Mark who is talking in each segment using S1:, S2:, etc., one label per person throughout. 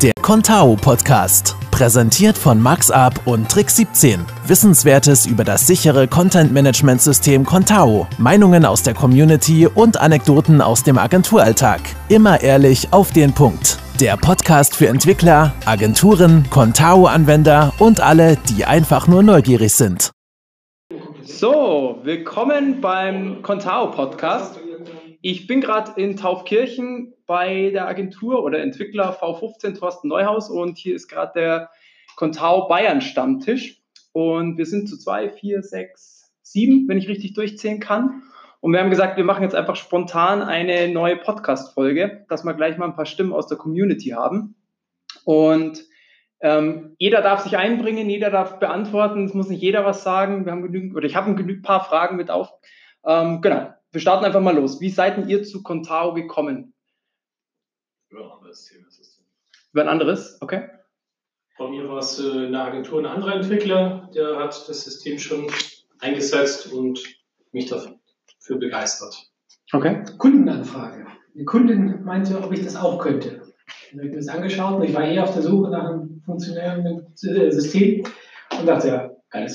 S1: Der Contao Podcast, präsentiert von MaxUp und Trick17. Wissenswertes über das sichere Content-Management-System Contao, Meinungen aus der Community und Anekdoten aus dem Agenturalltag. Immer ehrlich auf den Punkt. Der Podcast für Entwickler, Agenturen, Contao-Anwender und alle, die einfach nur neugierig sind.
S2: So, willkommen beim Contao Podcast. Ich bin gerade in Taufkirchen bei der Agentur oder Entwickler V15 Thorsten Neuhaus und hier ist gerade der Contao Bayern Stammtisch und wir sind zu 2, 4, 6, 7, wenn ich richtig durchzählen kann. Und wir haben gesagt, wir machen jetzt einfach spontan eine neue Podcast-Folge, dass wir gleich mal ein paar Stimmen aus der Community haben. Und jeder darf sich einbringen, jeder darf beantworten, es muss nicht jeder was sagen. Wir haben genügend, oder ich habe ein paar Fragen mit auf. Genau, wir starten einfach mal los. Wie seid denn ihr zu Contao gekommen?
S3: Über ein anderes Thema.
S2: Über ein anderes? Okay.
S3: Bei mir war es in der Agentur ein anderer Entwickler, der hat das System schon eingesetzt und mich dafür begeistert.
S2: Okay.
S4: Kundenanfrage. Eine Kundin meinte, ob ich das auch könnte. Dann habe ich mir das angeschaut und ich war auf der Suche nach einem funktionierenden System und dachte, ja, geiles.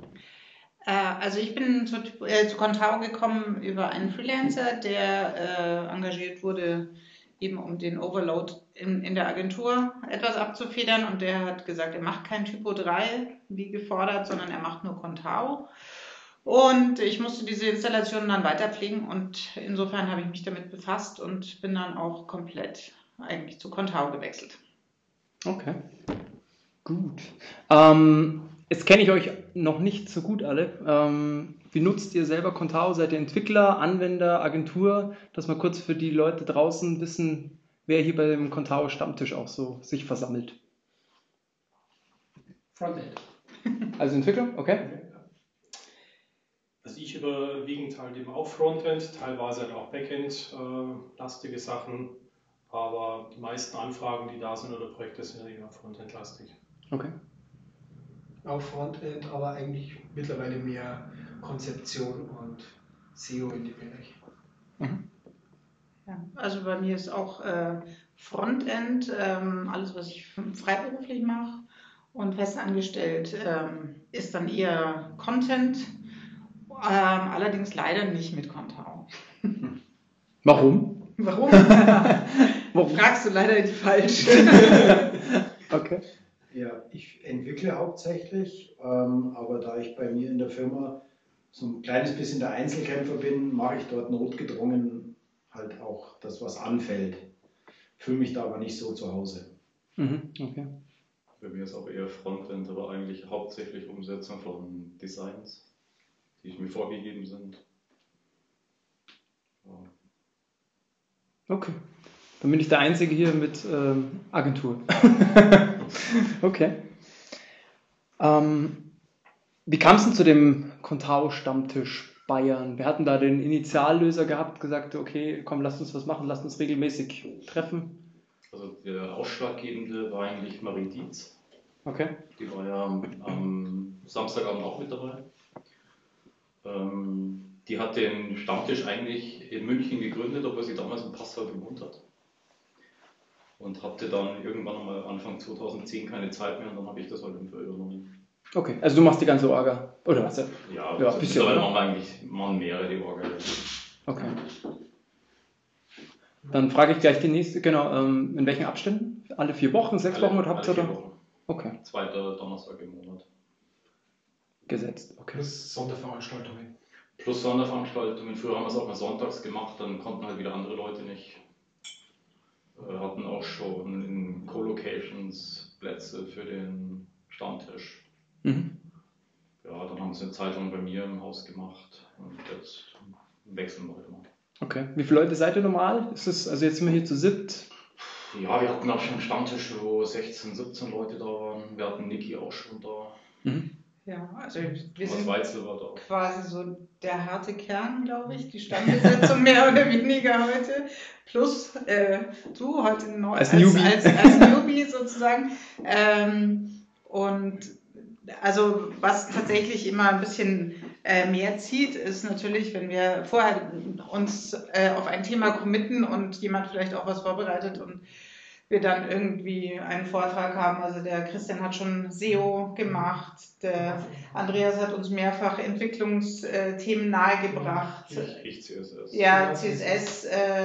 S5: Also ich bin zu Contao gekommen über einen Freelancer, der engagiert wurde, eben um den Overload in der Agentur etwas abzufedern, und der hat gesagt, er macht kein Typo 3 wie gefordert, sondern er macht nur Contao. Und ich musste diese Installation dann weiterpflegen und insofern habe ich mich damit befasst und bin dann auch komplett eigentlich zu Contao gewechselt.
S2: Okay, gut. Jetzt kenne ich euch noch nicht so gut alle. Wie nutzt ihr selber Contao? Seid ihr Entwickler, Anwender, Agentur? Dass wir kurz für die Leute draußen wissen, wer hier bei dem Contao Stammtisch auch so sich versammelt.
S4: Frontend.
S2: Also Entwickler? Okay.
S3: Also ich überwiegend halt eben auch Frontend, teilweise halt auch Backend, lastige Sachen, aber die meisten Anfragen, die da sind oder Projekte, sind ja eher Frontend-lastig.
S2: Okay.
S6: Auch Frontend, aber eigentlich mittlerweile mehr Konzeption und SEO in dem Bereich.
S2: Mhm.
S5: Ja, also bei mir ist auch Frontend, alles was ich freiberuflich mache, und festangestellt ist dann eher Content, allerdings leider nicht mit Contao.
S2: Warum?
S5: Warum? Fragst du leider die Falsche.
S2: Okay.
S7: Ja, ich entwickle hauptsächlich, aber da ich bei mir in der Firma so ein kleines bisschen der Einzelkämpfer bin, mache ich dort notgedrungen halt auch das, was anfällt. Fühle mich da aber nicht so zu Hause.
S2: Mhm. Okay.
S8: Bei mir ist auch eher Frontend, aber eigentlich hauptsächlich Umsetzung von Designs, die mir vorgegeben sind. Ja.
S2: Okay. Dann bin ich der Einzige hier mit Agentur. Okay. Wie kam es denn zu dem Contao-Stammtisch Bayern? Wir hatten da den Initiallöser gehabt, gesagt, okay, komm, lasst uns was machen, lasst uns regelmäßig treffen.
S8: Also der Ausschlaggebende war eigentlich Marie Dietz.
S2: Okay.
S8: Die war ja am Samstagabend auch mit dabei. Die hat den Stammtisch eigentlich in München gegründet, obwohl sie damals in Passau gewohnt hat. Und hatte dann irgendwann mal Anfang 2010 keine Zeit mehr und dann habe ich das halt übernommen.
S2: Okay, also du machst die ganze Orga, oder was?
S8: Ja,
S2: ja, bisschen,
S8: mittlerweile machen wir eigentlich mehrere die Orga.
S2: Okay. Dann frage ich gleich die nächste, genau, in welchen Abständen? Alle 4 Wochen, 6 Wochen oder habt ihr da?
S8: 4 Wochen.
S2: Okay.
S8: 2. Donnerstag im Monat.
S2: Gesetzt, okay.
S6: Plus Sonderveranstaltungen.
S8: Plus Sonderveranstaltungen. Früher haben wir es auch mal sonntags gemacht, dann konnten halt wieder andere Leute nicht. Hatten auch schon in Co-Locations Plätze für den Stammtisch.
S2: Mhm.
S8: Ja, dann haben sie eine Zeitung bei mir im Haus gemacht und jetzt wechseln wir heute mal.
S2: Okay. Wie viele Leute seid ihr normal? Ist es, also jetzt sind wir hier zu 7.
S8: Ja, wir hatten auch schon einen Stammtisch, wo 16, 17 Leute da waren. Wir hatten Niki auch schon da.
S2: Mhm.
S5: Ja, also wir
S8: Thomas
S5: sind
S8: Weitzel war da auch.
S5: quasi so der harte Kern, glaube ich, die Stammbesetzung mehr oder weniger heute. Plus du heute neu
S2: als Newbie,
S5: als Newbie sozusagen. Und also was tatsächlich immer ein bisschen mehr zieht, ist natürlich, wenn wir vorher uns auf ein Thema committen und jemand vielleicht auch was vorbereitet und wir dann irgendwie einen Vortrag haben. Also der Christian hat schon SEO gemacht, der Andreas hat uns mehrfach Entwicklungsthemen nahegebracht.
S8: Ich CSS.
S5: Ja, CSS,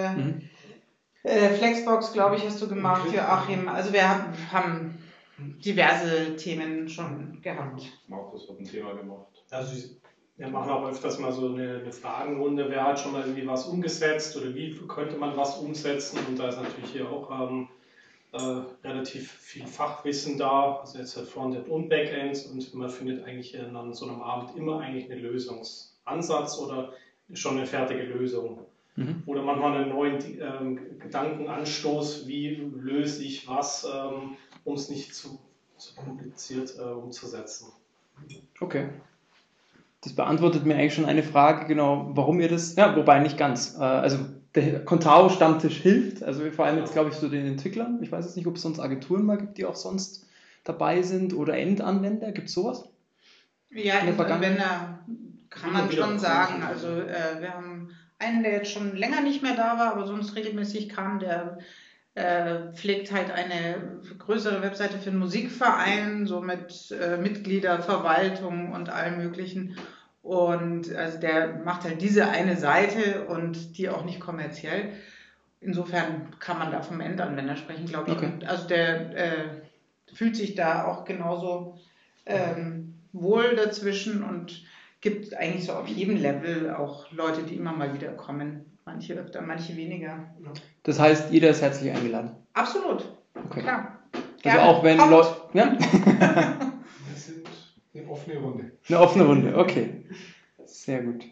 S5: Flexbox, glaube ich, hast du gemacht, Joachim. Also wir haben diverse Themen schon gehabt.
S8: Markus hat ein Thema gemacht.
S3: Also wir machen auch öfters mal so eine Fragenrunde, wer hat schon mal irgendwie was umgesetzt oder wie könnte man was umsetzen, und da ist natürlich hier auch relativ viel Fachwissen da, also jetzt halt Frontend und Backend, und man findet eigentlich an so einem Abend immer eigentlich einen Lösungsansatz oder schon eine fertige Lösung. Oder manchmal einen neuen Gedankenanstoß, wie löse ich was, um es nicht zu kompliziert umzusetzen.
S9: Okay. Das beantwortet mir eigentlich schon eine Frage, genau, warum ihr das, ja, wobei nicht ganz. Also der Contao-Stammtisch hilft, also vor allem jetzt, glaube ich, so den Entwicklern. Ich weiß jetzt nicht, ob es sonst Agenturen mal gibt, die auch sonst dabei sind, oder Endanwender. Gibt es sowas?
S5: Ja, Endanwender kann man schon sagen. Also wir haben einen, der jetzt schon länger nicht mehr da war, aber sonst regelmäßig kam, der pflegt halt eine größere Webseite für einen Musikverein, so mit Mitgliederverwaltung und allem Möglichen. Und also der macht halt diese eine Seite und die auch nicht kommerziell. Insofern kann man da vom Endanwender sprechen, glaube ich.
S9: Okay.
S5: Und also der fühlt sich da auch genauso wohl dazwischen und gibt eigentlich so auf jedem Level auch Leute, die immer mal wieder kommen. Manche öfter, manche weniger.
S9: Das heißt, jeder ist herzlich eingeladen.
S5: Absolut,
S9: okay.
S5: Klar.
S9: Also
S5: Gerne.
S9: auch wenn Leute... Ja?
S6: Wir sind eine offene Runde.
S9: Eine offene Runde, okay. Sehr gut.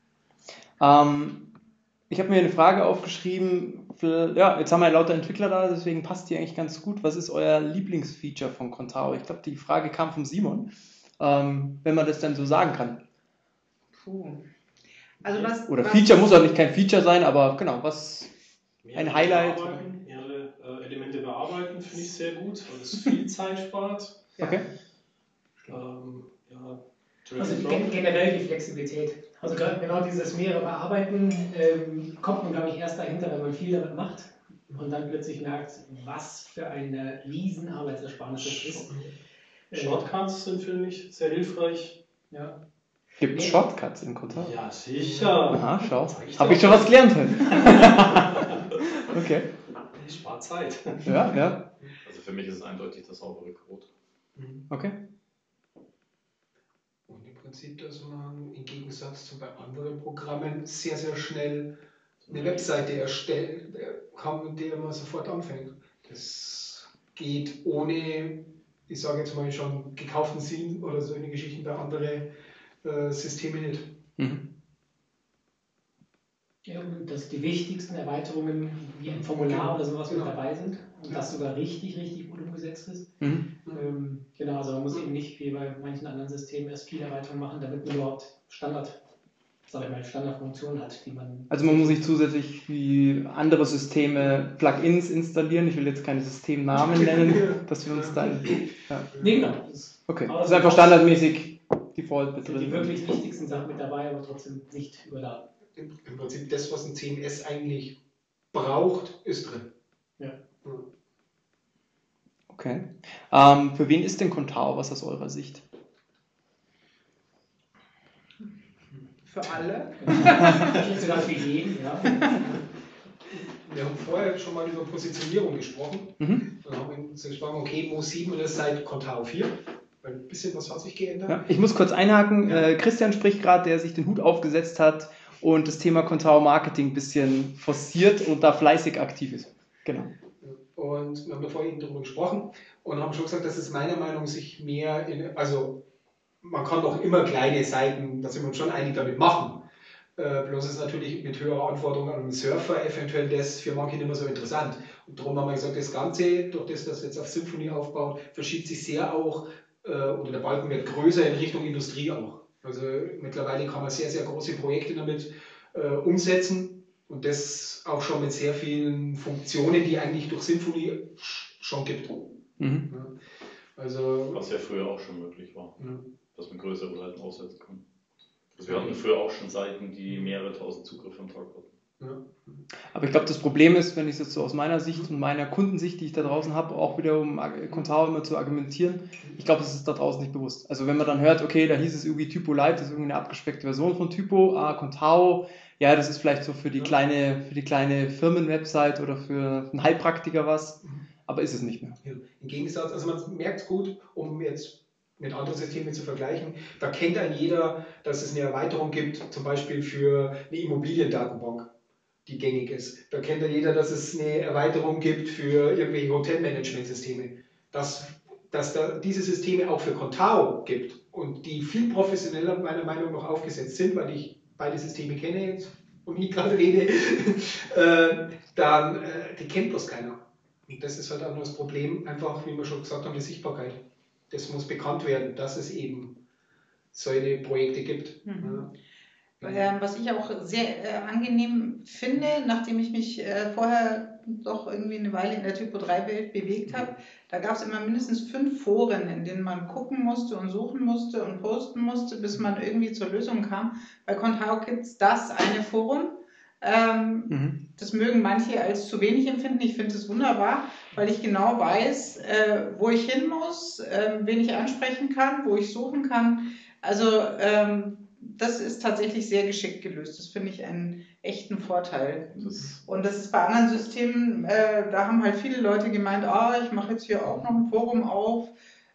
S9: Ich habe mir eine Frage aufgeschrieben. Ja, jetzt haben wir lauter Entwickler da, deswegen passt die eigentlich ganz gut. Was ist euer Lieblingsfeature von Contao? Ich glaube, die Frage kam von Simon, wenn man das dann so sagen kann.
S5: Puh. Also
S9: Oder Feature muss auch nicht kein Feature sein, aber genau, was ein Highlight.
S3: Mehrere Elemente bearbeiten finde ich sehr gut, weil es viel Zeit spart.
S9: Okay.
S4: Also generell die Flexibilität. Also genau dieses mehrere Bearbeiten kommt man, glaube ich, erst dahinter, wenn man viel damit macht und dann plötzlich merkt, was für eine riesen Arbeitsersparnis das ist.
S3: Shortcuts sind, finde ich, sehr hilfreich.
S4: Ja.
S9: Gibt es Shortcuts in Contao?
S3: Ja, sicher.
S9: Aha, schau. Habe ich schon was gelernt heute. Okay.
S3: Spart Zeit.
S9: Ja, ja.
S8: Also für mich ist es eindeutig das saubere Code.
S9: Okay.
S6: Und im Prinzip, dass man im Gegensatz zu bei anderen Programmen sehr, sehr schnell eine Webseite erstellen kann, mit der man sofort anfängt. Das geht ohne, ich sage jetzt mal schon, gekauften Sinn oder so eine Geschichten bei anderen Systemen nicht.
S4: Ja, und dass die wichtigsten Erweiterungen wie ein Formular oder sowas mit dabei sind und das sogar richtig, richtig gut umgesetzt ist. Genau, also man muss eben nicht wie bei manchen anderen Systemen erst viele Erweiterungen machen, damit man überhaupt Standardfunktionen hat, die man...
S9: Also man muss nicht zusätzlich wie andere Systeme Plugins installieren. Ich will jetzt keine Systemnamen nennen, dass wir uns dann... Ja.
S4: Nee, genau.
S9: Okay, das ist einfach standardmäßig Default mit drin.
S4: Die wirklich wichtigsten Sachen mit dabei, aber trotzdem nicht überladen.
S6: Im Prinzip das, was ein CMS eigentlich braucht, ist drin.
S4: Ja.
S9: Okay. Für wen ist denn Contao, was aus eurer Sicht?
S5: Für alle.
S4: Nicht sogar für jeden, ja.
S6: Wir haben vorher schon mal über Positionierung gesprochen. Dann haben wir uns gesprochen, okay, Mo 7 ist seit Contao 4. Weil ein bisschen was hat sich geändert.
S9: Ja, ich muss kurz einhaken. Christian spricht gerade, der sich den Hut aufgesetzt hat und das Thema Contao Marketing ein bisschen forciert und da fleißig aktiv ist. Genau.
S6: Und wir haben da vorhin darüber gesprochen und haben schon gesagt, dass es meiner Meinung nach sich mehr also man kann doch immer kleine Seiten, da sind wir uns schon einig, damit machen. Bloß ist natürlich mit höherer Anforderung an den Surfer eventuell das für manche nicht mehr so interessant. Und darum haben wir gesagt, das Ganze, durch das jetzt auf Symfony aufbaut, verschiebt sich sehr auch, oder der Balken wird größer in Richtung Industrie auch. Also mittlerweile kann man sehr, sehr große Projekte damit umsetzen und das auch schon mit sehr vielen Funktionen, die eigentlich durch Symfony schon gibt. Ja. Also,
S8: was ja früher auch schon möglich war, dass man größere Seiten aufsetzen kann. Also wir hatten früher auch schon Seiten, die mehrere tausend Zugriffe am Tag hatten.
S9: Aber ich glaube, das Problem ist, wenn ich es jetzt so aus meiner Sicht und meiner Kundensicht, die ich da draußen habe, auch wieder um Contao immer zu argumentieren, ich glaube, das ist da draußen nicht bewusst. Also wenn man dann hört, okay, da hieß es irgendwie Typo Lite, das ist irgendwie eine abgespeckte Version von Typo, Contao, ja, das ist vielleicht so für die kleine Firmenwebsite oder für einen Heilpraktiker was, aber ist es nicht mehr.
S6: Ja. Im Gegensatz, also man merkt es gut, um jetzt mit anderen Systemen zu vergleichen, da kennt ein jeder, dass es eine Erweiterung gibt, zum Beispiel für eine Immobiliendatenbank, die gängig ist. Da kennt ja jeder, dass es eine Erweiterung gibt für irgendwelche Hotelmanagementsysteme. Dass da diese Systeme auch für Contao gibt und die viel professioneller meiner Meinung nach aufgesetzt sind, weil ich beide Systeme kenne und nie gerade rede, dann die kennt bloß keiner. Und das ist halt auch nur das Problem, einfach, wie wir schon gesagt haben, die Sichtbarkeit. Das muss bekannt werden, dass es eben solche Projekte gibt.
S5: Mhm. Ja. Was ich auch sehr angenehm finde, nachdem ich mich vorher doch irgendwie eine Weile in der Typo 3-Welt bewegt habe, da gab es immer mindestens 5 Foren, in denen man gucken musste und suchen musste und posten musste, bis man irgendwie zur Lösung kam. Bei Contao gibt es das eine Forum. Das mögen manche als zu wenig empfinden. Ich finde es wunderbar, weil ich genau weiß, wo ich hin muss, wen ich ansprechen kann, wo ich suchen kann. Also das ist tatsächlich sehr geschickt gelöst. Das finde ich einen echten Vorteil. Und das ist bei anderen Systemen, da haben halt viele Leute gemeint, ich mache jetzt hier auch noch ein Forum auf.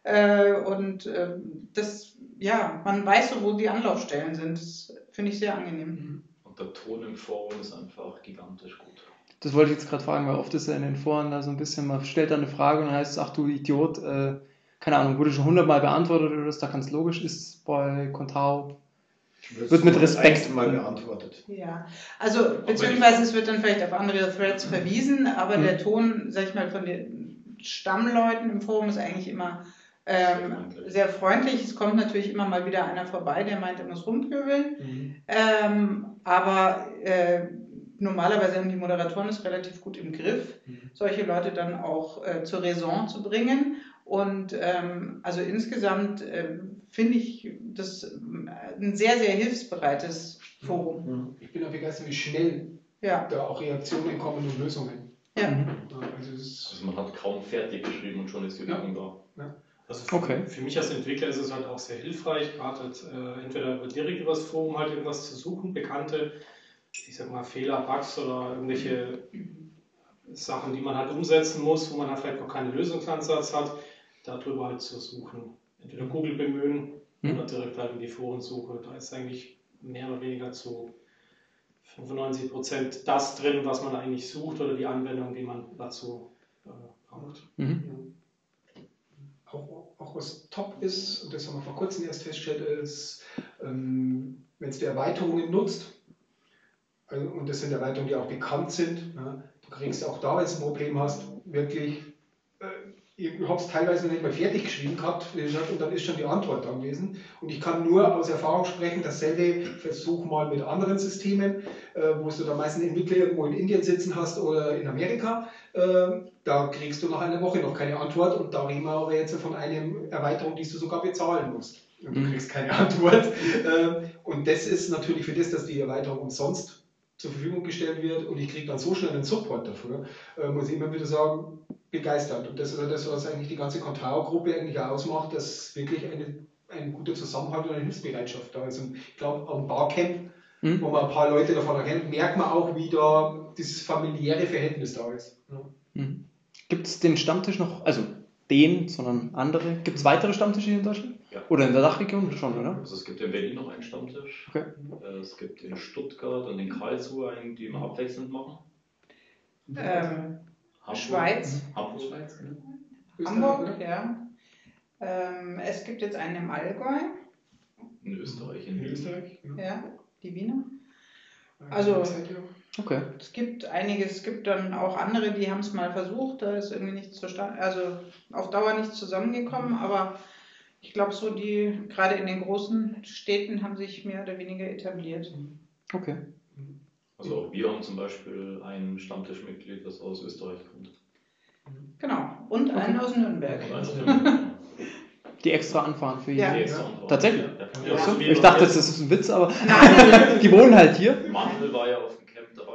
S5: Man weiß so, wo die Anlaufstellen sind. Das finde ich sehr angenehm.
S8: Und der Ton im Forum ist einfach gigantisch gut.
S9: Das wollte ich jetzt gerade fragen, weil oft ist ja in den Foren da so ein bisschen, man stellt da eine Frage und dann heißt es, ach du Idiot, keine Ahnung, wurde schon 100-mal beantwortet oder das da ganz logisch ist bei Contao. Wird mit Respekt
S7: mal beantwortet.
S5: Ja, also beziehungsweise es wird dann vielleicht auf andere Threads verwiesen, aber der Ton, sag ich mal, von den Stammleuten im Forum ist eigentlich immer sehr freundlich. Es kommt natürlich immer mal wieder einer vorbei, der meint, er muss rumpöbeln. Aber normalerweise haben die Moderatoren es relativ gut im Griff, solche Leute dann auch zur Raison zu bringen. Und also insgesamt finde ich das ein sehr, sehr hilfsbereites Forum.
S6: Ich bin auch begeistert, wie schnell da auch Reaktionen kommen und Lösungen.
S5: Ja.
S8: Also man hat kaum fertig geschrieben und schon ist die Lösung da.
S3: Ja. Also für mich als Entwickler ist es halt auch sehr hilfreich, gerade halt, entweder direkt über das Forum halt irgendwas zu suchen, bekannte, ich sag mal, Fehler, Bugs oder irgendwelche Sachen, die man halt umsetzen muss, wo man halt vielleicht noch keinen Lösungsansatz hat, darüber halt zu suchen. Entweder Google bemühen oder direkt halt in die Forensuche. Da ist eigentlich mehr oder weniger zu 95% das drin, was man eigentlich sucht oder die Anwendung, die man dazu braucht.
S6: Auch was top ist, und das haben wir vor kurzem erst festgestellt, ist, wenn es die Erweiterungen nutzt, und das sind Erweiterungen, die auch bekannt sind, du kriegst auch da, wenn du ein Problem hast, wirklich, ich habe es teilweise noch nicht mal fertig geschrieben gehabt, und dann ist schon die Antwort da gewesen. Und ich kann nur aus Erfahrung sprechen, dasselbe versuch mal mit anderen Systemen, wo du da meistens Entwickler irgendwo in Indien sitzen hast oder in Amerika. Da kriegst du nach einer Woche noch keine Antwort, und da reden wir aber jetzt von einer Erweiterung, die du sogar bezahlen musst. Und du kriegst keine Antwort. Und das ist natürlich für das, dass die Erweiterung umsonst zur Verfügung gestellt wird und ich kriege dann so schnell einen Support dafür, muss ich immer wieder sagen, begeistert. Und das ist das, was eigentlich die ganze Contao-Gruppe eigentlich auch ausmacht, dass wirklich ein guter Zusammenhalt und eine Hilfsbereitschaft da ist. Und ich glaube, am Barcamp, wo man ein paar Leute davon erkennt, merkt man auch, wie da dieses familiäre Verhältnis da ist.
S9: Gibt es den Stammtisch noch, also sondern andere? Gibt es weitere Stammtische hier in Deutschland?
S8: Ja.
S9: Oder in der Dachregion schon, oder?
S8: Also es gibt in Berlin noch einen Stammtisch.
S9: Okay.
S8: Es gibt in Stuttgart und in Karlsruhe einen, die immer abwechselnd machen.
S5: Schweiz.
S8: Hamburg.
S5: Schweiz, genau. Hamburg, ja. Es gibt jetzt einen im Allgäu.
S8: In Österreich.
S6: In Österreich?
S5: Ja, die Wiener. Also,
S9: okay.
S5: Es gibt einiges, es gibt dann auch andere, die haben es mal versucht, da ist irgendwie nichts auf Dauer nichts zusammengekommen, aber ich glaube so gerade in den großen Städten haben sich mehr oder weniger etabliert.
S9: Okay.
S8: Also auch wir haben zum Beispiel ein Stammtischmitglied, das aus Österreich kommt.
S5: Genau, und einen aus Nürnberg.
S9: Die extra anfahren für jeden.
S5: Ja.
S9: Tatsächlich?
S8: Ja.
S9: Ich dachte, das ist ein Witz, aber die wohnen halt hier.
S8: Manuel war ja auf dem Camp dabei.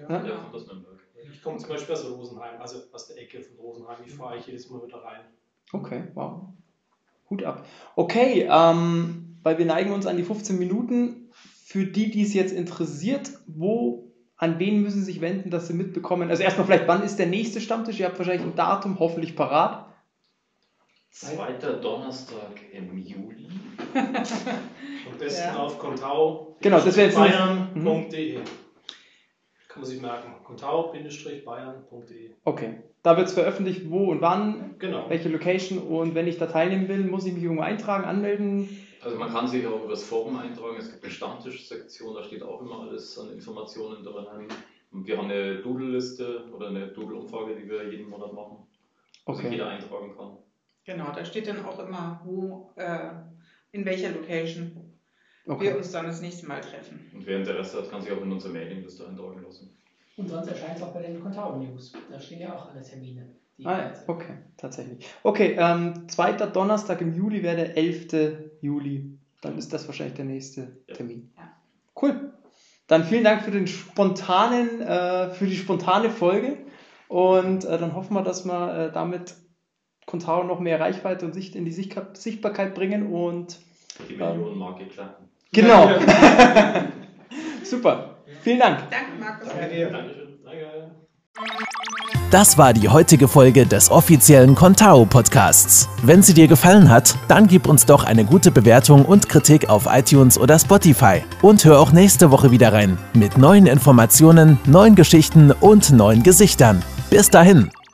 S8: Ja, der kommt aus Nürnberg.
S3: Ich komme zum Beispiel aus Rosenheim, also aus der Ecke von Rosenheim. Ich fahre jedes Mal wieder rein.
S9: Okay, wow. Hut ab. Okay, weil wir neigen uns an die 15 Minuten. Für die es jetzt interessiert, an wen müssen Sie sich wenden, dass Sie mitbekommen? Also erstmal vielleicht, wann ist der nächste Stammtisch? Ihr habt wahrscheinlich ein Datum hoffentlich parat.
S8: 2. Donnerstag im Juli.
S3: Am besten auf Contao.
S9: Genau, das wäre jetzt
S3: Bayern.de. Kann man sich merken. Contao-bayern.de.
S9: Okay. Da wird es veröffentlicht, wo und wann,
S3: genau.
S9: Welche Location, und wenn ich da teilnehmen will, muss ich mich irgendwo eintragen, anmelden?
S8: Also man kann sich auch über das Forum eintragen, es gibt eine Stammtischsektion, da steht auch immer alles an Informationen drin. Und wir haben eine Doodle-Liste oder eine Doodle-Umfrage, die wir jeden Monat machen, wo sich jeder eintragen kann.
S5: Genau, da steht dann auch immer, in welcher Location wir uns dann das nächste Mal treffen.
S8: Und wer Interesse hat, kann sich auch in unsere Mailingliste eintragen lassen.
S4: Und sonst erscheint es auch bei den Contao News. Da stehen ja auch alle Termine.
S9: Okay, tatsächlich. Okay, 2. Donnerstag im Juli wäre der 11. Juli. Dann ist das wahrscheinlich der nächste Termin.
S5: Ja.
S9: Cool. Dann vielen Dank für die spontane Folge. Und dann hoffen wir, dass wir damit Contao noch mehr Reichweite und Sicht in die Sichtbarkeit bringen. Und
S8: die Millionenmarke knacken.
S9: Genau. Super. Vielen Dank.
S5: Danke, Markus.
S3: Danke dir. Dankeschön. Danke.
S1: Das war die heutige Folge des offiziellen Contao Podcasts. Wenn sie dir gefallen hat, dann gib uns doch eine gute Bewertung und Kritik auf iTunes oder Spotify. Und hör auch nächste Woche wieder rein mit neuen Informationen, neuen Geschichten und neuen Gesichtern. Bis dahin.